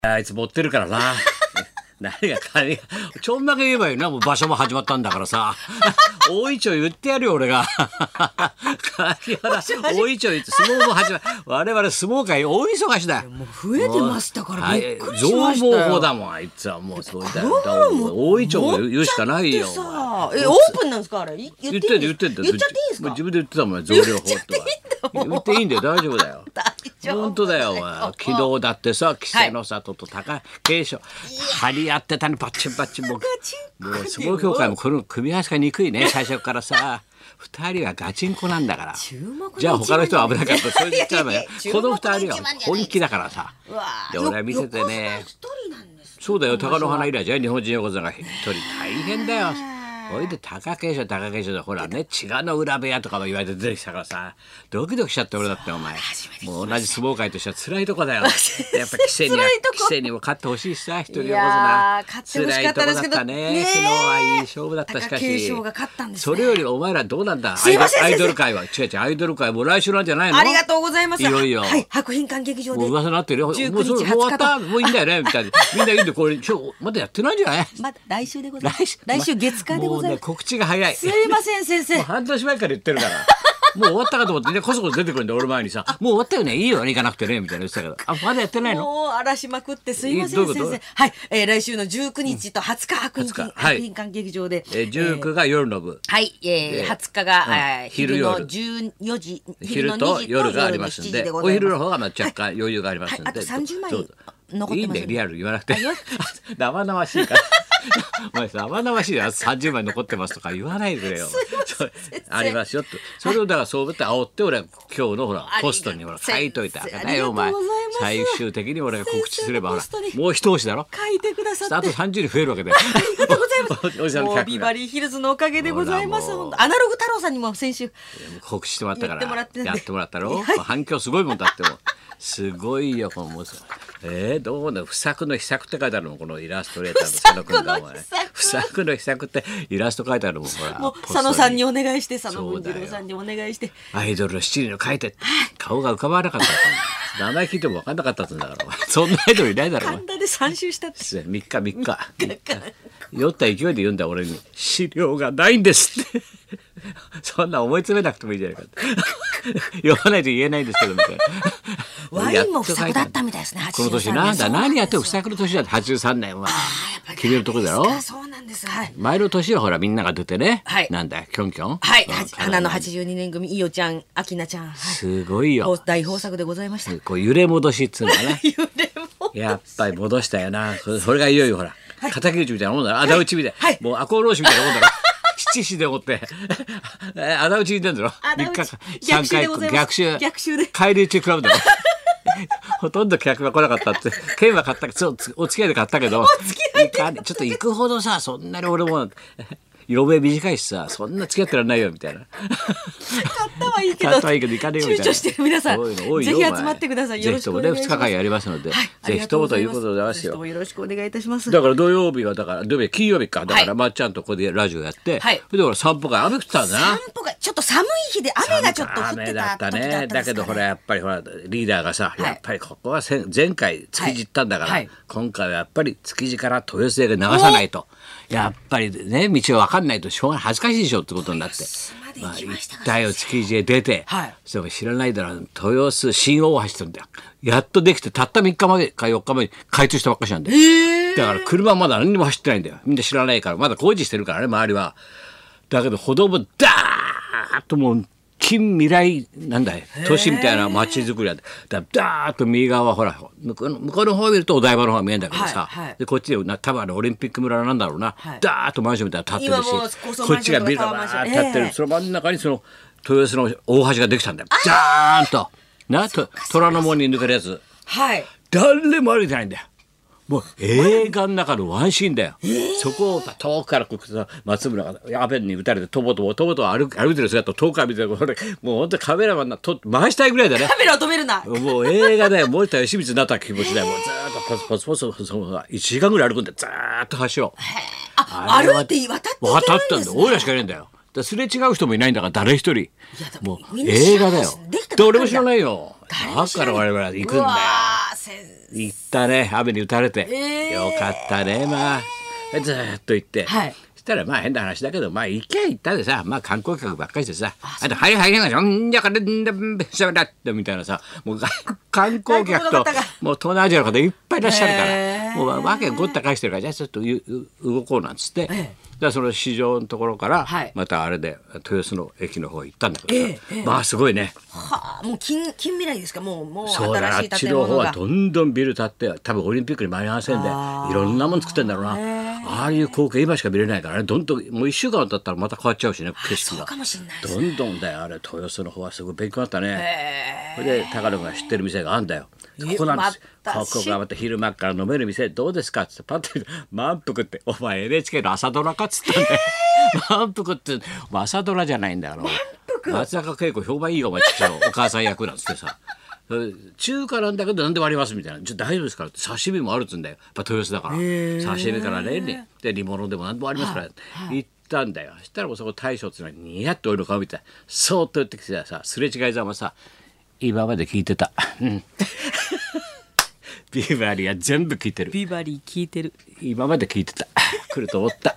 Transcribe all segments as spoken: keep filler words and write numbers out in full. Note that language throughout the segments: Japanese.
あいつ持ってるからな。何が金がちょんまげ言えばいいな。もう場所も始まったんだからさ。大いちょ言ってやるよ俺が。梶原大いちょ言って相撲も始まる。我々相撲界大忙しだよ。 もう増えてましたからびっくりしました増よ。 毛法だもんあいつはもうそうだよ。大いちょも言うしかないよ。 え、オープンなんですかあれ。言言ってんだ言ってんだ。 言っちゃっていいですか。 自分で言ってたもん増量法とか。言っていいんだよ大丈夫だよ。本当だよ。昨日だってさ稀勢の里と貴景勝張り合ってたねバッチンバッチンもうもう相撲協会もこの組み合わせが憎いね最初からさ。二人はガチンコなんだから。じゃあ他の人は危なかった。それ言ったらこの二人は本気だからさ。で俺は見ててね。そうだよ貴乃花以来じゃ日本人横綱が一人大変だよ。おいで貴景勝貴景勝でほらね血がの裏部屋とかも言われて出てきたからさドキドキしちゃって俺だってお前もう同じ相撲界としては辛いとこだよ。やっぱ稀勢には稀勢にも勝ってほしいしさ一人横綱辛いとこだったね。昨日はいい勝負だったしかしそれよりお前らどうなんだアイドル界は。違う違うアイドル界もう来週なんじゃないの。 ありがとうございます。 いよいよはい博品館劇場でもう噂になってるよ。もう終わったもういいんだよねみたいなみんないいんでこれ今日まだやってないんじゃない。 まだ来週でございます来週月火でございます。 告知が早い。 すいません先生。 もう半年前から言ってるから。もう終わったかと思ってねこそこそ出てくるんだ俺前にさもう終わったよねいいよね行かなくてねみたいな言ってたけどあまだやってないの。 もう荒らしまくってすいません先生。はい、えー、来週のじゅうくにちとはつか博品館劇場で、 えー、じゅうくが夜の部はい、えー、はつかが、うん、昼のじゅうよじ昼と夜がありますんでお昼の方がまあ若干余裕がありますんで、はいはい、 あとさんじゅうまい残ってます。 いいんだよリアル言わなくて生々しいからお前さ生々しいやつさんじゅうまい残ってますとか言わないでくれよ。ありますよとそれをだからそう思って煽って俺は今日のほらポストにほら書いといたわけだよお前。最終的に俺が告知すればほらもう一押しだろ書いてくださってあとさんじゅうにん増えるわけで。ありがとうございます。もうビバリーヒルズのおかげでございます。本当アナログ太郎さんにも先週告知してもらったからやってもらったろ。反響すごいもんだってもすごいよこのもうえー、どうだ不作の秘策って書いてあるのこのイラストレーターの佐野君がお前不作の秘策ってイラスト書いてあるもんほらもう佐野さんにお願いして佐野文次郎さんにお願いしてアイドルの七人の書いてって顔が浮かばなかった名前聞いても分かんなかったんだからそんなアイドルいないだろ神田でさん週したってみっかみっか酔った勢いで言うんだ俺に資料がないんですってそんな思い詰めなくてもいいじゃないか言わないと言えないんですけどみたいな。 ワインも不作だったみたいですね。 この年なんだ何やっても不作の年だってはちじゅうさんねんは決めるとこだろ。 そうなんです。はい。 前の年はほらみんなが出てね。 はい。 なんだキョンキョン。 はい。花のはちじゅうにねん組いおちゃんあきなちゃん。 すごいよ。 大豊作でございました。 こう揺れ戻しっつうのかな。 揺れ戻し。 やっぱり戻したよな。それがいよいよほら敵討ちみたいなもんだろ。仇討ちみたいな。もう赤穂浪士みたいなもんだろ。七死でもって仇討ちに出るんだろ。みっかかんさんかい逆襲逆襲で帰り討ちクラブだろ。ほとんど客が来なかったって券は買ったけどお付き合いで買ったけどちょっと行くほどさそんなに俺も色目短いしさそんな付き合ってらんないよみたいな。 買ったはいいけど買ったはいいけど行かねえよみたいな。 躊躇してる皆さんぜひ集まってください。よろしくお願いします。 ぜひともねふつかかんやりますので、はい、ぜひともということでございますよ。 よろしくお願いいたします。 だから土曜日はだから土曜日金曜日かだから、はい、まっちゃんとここでラジオやって、はい、で俺散歩会雨降ってたんだな。 散歩会ちょっと寒い日で雨がちょっと降ってた雨だったね。だけどほらやっぱりほらリーダーがさ、はい、やっぱりここは前回築地行ったんだから、はい、今回はやっぱり築地から豊洲へ流さないと。やっぱりね道は分かんないとしょうがない恥ずかしいでしょってことになって、まあ、行ったよ築地へ出て、はい、それ知らないだろ豊洲新大橋って言うんだよ。やっとできてたったみっかまでかよっかまで開通したばっかしなんだよ。だから車まだ何にも走ってないんだよ。みんな知らないからまだ工事してるからね周りは。だけど歩道もダーッともう近未来なんだい都市みたいな街づくりやでだダーッと右側はほら向こうの向こうの方を見るとお台場の方が見えるんだけどさ、はいはい、でこっちでな多分あれオリンピック村なんだろうな、はい、ダーッとマンションみたいなの建ってるしこっちがビルがバーッと建ってる、えー、その真ん中にその豊洲の大橋ができたんだよ。ジャーンとなと虎ノ門に抜けるやつ、はい、誰も歩いてないんだよ。もう映画の中のワンシーンだよ、えー、そこを遠くから松村が安倍に撃たれてとぼとぼとぼとぼ歩いてる姿を遠くから見てるこれもう本当にカメラマンなと回したいぐらいだね。 カメラを止めるなもう映画だよ森田義満になった気持ちだよ。もうずーっとポツポツポツポツポツいちじかんぐらい歩くんだよずーっと橋を。 あ歩いて渡っていけないんですね。 渡ったんだよ。俺らしかいないんだよ。だすれ違う人もいないんだから誰一人もう映画だよ。で俺も知らないよ。だから我々は行くんだよ。 行ったね、雨に打たれて、 えーよかったね、まあずーっと行って、 はいそしたらまあ変な話だけど、まあ行きゃ行ったでさ、まあ観光客ばっかりしてさ、あとはいはいはいんじゃからんだんべしゃべらってみたいなさ、もうが観光客と外国の方がもう東南アジアの方いっぱいいらっしゃるから、 へーもうわけごった返してるから、じゃあちょっとゆ動こうなんつって、 ええだからその市場のところからはいまたあれで豊洲の駅の方行ったんだけどさ、 ええええまあすごいね。 はあ、もう近近未来ですか。もうもうそうだな、あ新しいっちの方建物が。 はどんどんビル建って多分オリンピックに間に合わせんでいあーろんなもん作ってんだろうな。ああいう光景今しか見れないからね、どんどんもういっしゅうかん経ったらまた変わっちゃうしね、景色がそうかもしれないですどんどんだよ。あれ豊洲の方はすごい勉強になったね。それで高野君が知ってる店があるんだよ。ここなんです、 またここがまた昼間から飲める店どうですかってパッと見て満腹って、お前 エヌエイチケー の朝ドラかっつったんだよ。満腹って朝ドラじゃないんだよ。松坂慶子評判いいよお前ちっちゃいお母さん役なんつってさ、中華なんだけどなんで割りますみたいな、ちょっと大丈夫ですからって、刺身もあるっつうんだよ、やっぱ豊洲だから、刺身からねで煮物でも何でもありますから、行ったんだよ。そしたらもうそこ大将っていうのはニヤッと俺の顔見てそーっと寄ってきてさ、すれ違いざまさ、今まで聞いてた、うん、ビバリーは全部聞いてる、 ビバリー聞いてる。 今まで聞いてた、来ると思った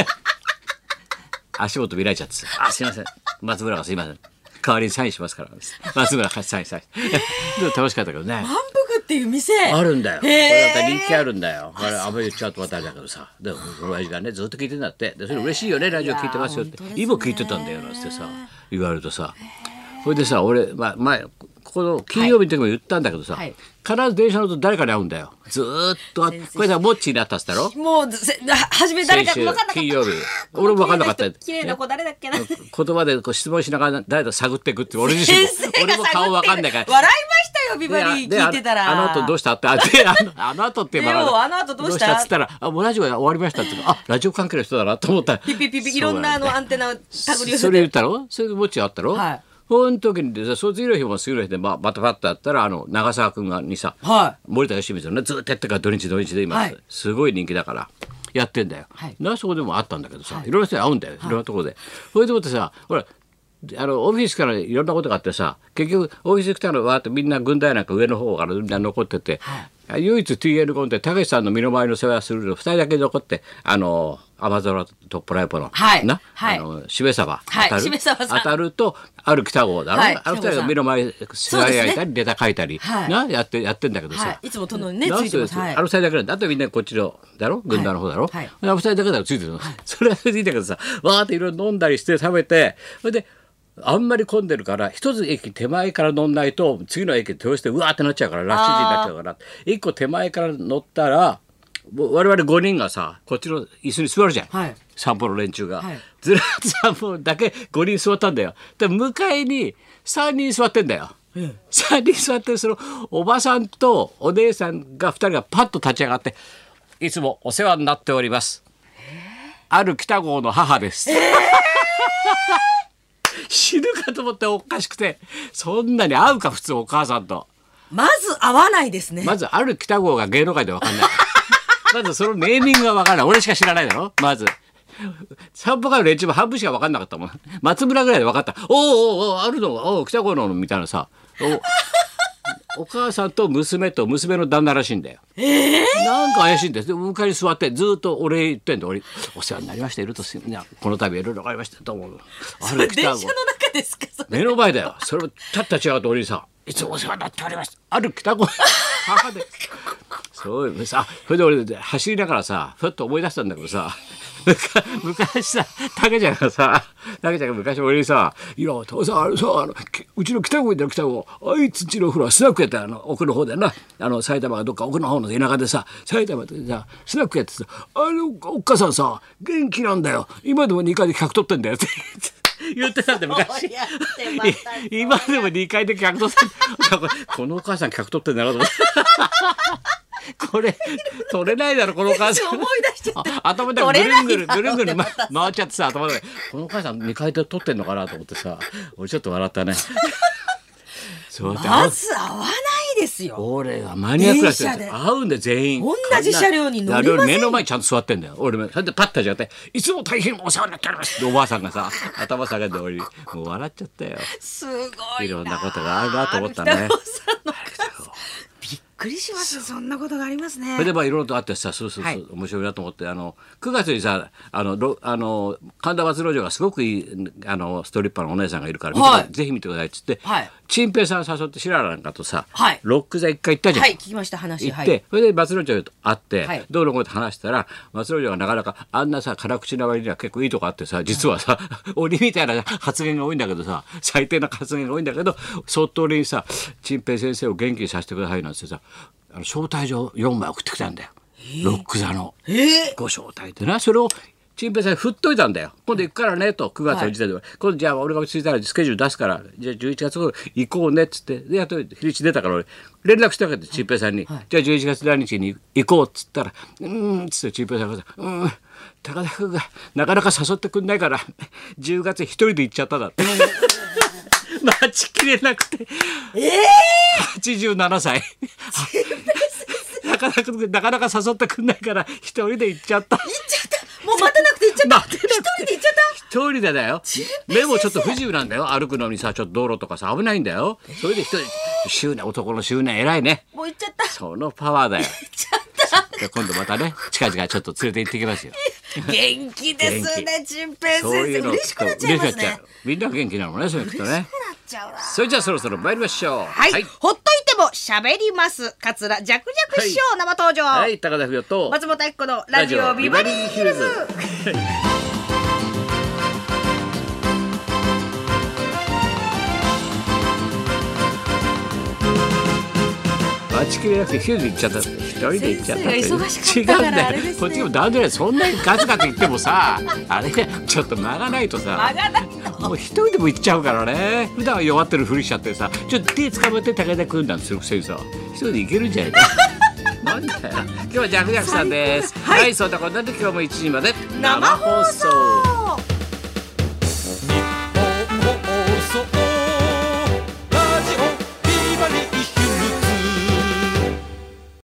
足元見られちゃってさ、あすいません松村がすいません代わりにサインしますから松村がサインサインでも楽しかったけどね。 満腹っていう店あるんだよ。こへーれだったら人気あるんだよ。あれあんまり言っちゃうとまたあれだけどさ、でも親父がねずっと聞いてんだって、でそれ嬉しいよね、ラジオ聞いてますよって、 いやー本当ですね今聞いてたんだよなんつってさ言われるとさ、それでさ俺、まあ、前この金曜日の時も言ったんだけどさ、 はい必ず電車乗ると誰かに会うんだよ。ずーっとあ先生これさモッチーに会ったっつったろ。 もうせは初め誰か先週分かんなかった。 金曜日俺も分かんなかった。 綺麗な子誰だっけな。 言葉でこう質問しながら誰だ探っていくって俺自身も先生俺も顔分かんないから。 笑いましたよビバリーで聞いてたら。 あのあの後どうしたってあであのあの後ってでもあの後どうしたっつったらあもうラジオが終わりましたって言うから、あラジオ関係の人だなと思ったらピピピピいろんなあのアンテナを手繰り寄せて。 それ言ったろ。それでもっちあったろ。 はいその時にでさ、その次の日も次の日で、まあ、バタバタやったらあの長澤君がにさ、 は森田芳光のねずっとやってから土日土日で今、 はいすごい人気だからやってんだよ。 はいなそこでもあったんだけどさ、いろんな人に会うんだよ、いろんなところで。それでもってさほらあのオフィスからいろんなことがあってさ、結局オフィス来たのはわーってみんな軍隊なんか上の方からみんな残ってて、唯一 ティーエル コンでたけしさんの身の回りの世話するのふたりだけ残って、あの天空とプライポの、 はいな、 はいあのしめさばはい当たる、 しめ鯖さん当たるとある北郷だろ、 はいあの二人が身の回り世話焼いたりネタ書いたり、 はいなやってやってんだけどさ、 はいいつも殿にねなんついてます。はいあの二人だけなんだ。あとみんなこっちのだろ軍団の方だろ、 はいあの二人だけだろついてるの、それはそれでいいんだけどさ、わーっていろいろ飲んだりして食べて、それであんまり混んでるから一つ駅手前から乗んないと次の駅豊洲でうわーってなっちゃうからラッシュ時になっちゃうから、一個手前から乗ったらもう我々ごにんがさこっちの椅子に座るじゃん、 はい散歩の連中が、 はいずらっと散歩だけごにん座ったんだよ。で向かいにさんにん座ってんだよ、さんにん座ってるそのおばさんとお姉さんがふたりがパッと立ち上がって「いつもお世話になっております、ある北郷の母です」死ぬかと思っておかしくて、そんなに会うか普通お母さんと。 まず合わないですね。 まずある北郷が芸能界で分かんないまずそのネーミングが分からない。俺しか知らないだろまず散歩会の連中も半分しか分かんなかったもん。松村ぐらいで分かった。おーおーおーあるのおー北郷のみたいなさ、おお母さんと娘と娘の旦那らしいんだよ。えー、なんか怪しいんです。で向かいに座ってずっと俺言ってんだ。俺お世話になりましたいるとすいやこの度いろいろ分かりましたと思う。ある北郷電車の中ですか。それ目の前だよ。それをたった違うと俺にさいつもお世話になっておりますある北郷母でそういうさ、それで俺走りながらさふっと思い出したんだけどさ昔さたけちゃんがさたけちゃんが昔俺にさ「いや父さんあれさあのうちの北郷いたら北郷あいつんちの風呂はスナックやったあの奥の方でなあの埼玉がどっか奥の方の田舎でさ埼玉でさスナックやってさあのおっかさんさ元気なんだよ今でもにかいで客取ってんだよ」って言ってたんで昔今でもにかいで客取ってんここのお母さん客取ってんだなと思ってこれ取れないだろこのお母さん思い出しちゃった頭でぐるんぐるぐるんぐる、ま、 取れないだろうって回っちゃってさ頭でこのお母さんにかいで取ってんのかなと思ってさ俺ちょっと笑ったねそうやってまず合わないですよ。 俺がマニアックな人電車で会うんで全員同じ車両に乗りません。 目の前にちゃんと座ってんだよ。俺もそれでパッと立ち上がっていつも大変お世話になっておりますっておばあさんがさ頭下げて俺もう笑っちゃったよ。 すごいないろんなことがあるなと思ったね。 北郷さんの数びっくりします。そんなことがありますね。 それでまあいろいろとあってさ、そうそうそう、 はい、 面白いなと思って、あのくがつにさ、あのろあの神田松之丞がすごくいいあのストリッパーのお姉さんがいるから見て、はい、ぜひ見てくださいっつって、はい、チンペイさん誘って白良なんかとさ、はい、ロック座一回行ったじゃん。 はい、聞きました話。 行って、はい、それで松之丞と会って、はい、どうのこうの話したら、松之丞がなかなかあんなさ辛口な割には結構いいとこあってさ、実はさ、はい、鬼みたいな発言が多いんだけどさ、最低な発言が多いんだけど、そっと俺にさ、チンペイ先生を元気にさせてくださいなんてさ、あの招待状よんまい送ってきたんだよ、ロック座の、えー、ご招待ってな。それをチンペイさんに振っといたんだよ。今度行くからねと、くがつの時点で、はい、今度じゃあ俺が落ち着いたらスケジュール出すからじゃあじゅういちがつ頃行こうねっつって、でやっと日にち出たから俺連絡してあげてチンペイさんに、はい、じゃあじゅういちがつ何日に行こうっつったら、うーんっつってチンペイさんがさ、うん高田君がなかなか誘ってくんないからじゅうがつ一人で行っちゃっただって待ちきれなくて、えー、はちじゅうななさいなかなかなかなか誘ってくんないから一人で行っちゃった。 行っちゃった。もう待てなくて行っちゃった。一人で行っちゃった。 一人でだよ。目もちょっと不自由なんだよ。歩くのにさ、ちょっと道路とかさ危ないんだよ。それで一人執念、男の執念偉いね。 もう行っちゃった。 そのパワーだよ。 行っちゃった。 今度またね近々ちょっと連れて行ってきますよ。 元気ですね、チンペイ先生。嬉しくなっちゃいますね。 みんな元気なのね、そういう人ね。それじゃあそろそろ参りましょう。 はい、はい、ほっといても喋ります桂ジャクジャク師匠、はい、生登場。 はい、高田文夫と松本明子のラジオビバリーヒルズ。 待ちきれなくて一人で行っちゃった。一人で行っちゃったって忙しかったからあれですね。 違うんだよ。こっちも段取りそんなにガツガツ言ってもさあれちょっと間がないとさ、 間がないもう一人でも行っちゃうからね。普段は弱ってるふりしちゃってさ、ちょっと手掴まって武田君なんてするくせにさ、一人で行けるんじゃないかなんだよ。今日はジャクジャクさんです。はい、はい、そんなこんなで今日もいちじまで生放送。